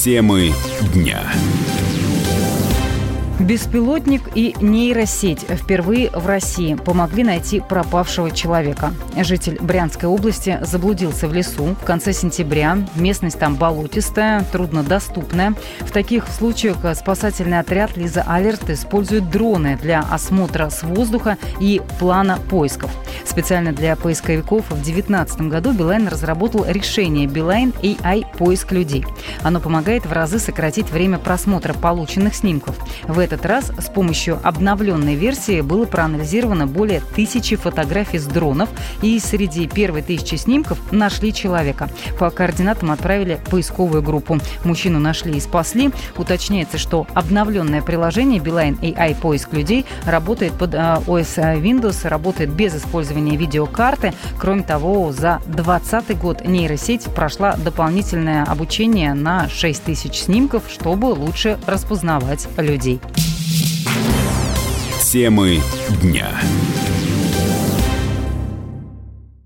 Темы дня. Беспилотник и нейросеть впервые в России помогли найти пропавшего человека. Житель Брянской области заблудился в лесу в конце сентября. Местность там болотистая, труднодоступная. В таких случаях спасательный отряд «Лиза Алерт» использует дроны для осмотра с воздуха и плана поисков. Специально для поисковиков в 2019 году Билайн разработал решение Билайн AI «Поиск людей». Оно помогает в разы сократить время просмотра полученных снимков. В этот раз с помощью обновленной версии было проанализировано более 1000 фотографий с дронов, и среди первой 1000 снимков нашли человека. По координатам отправили поисковую группу. Мужчину нашли и спасли. Уточняется, что обновленное приложение Билайн AI «Поиск людей» работает под OS Windows, работает без использования видеокарты. Кроме того, за 2020 год нейросеть прошла дополнительное обучение на 6000 снимков, чтобы лучше распознавать людей. Темы дня.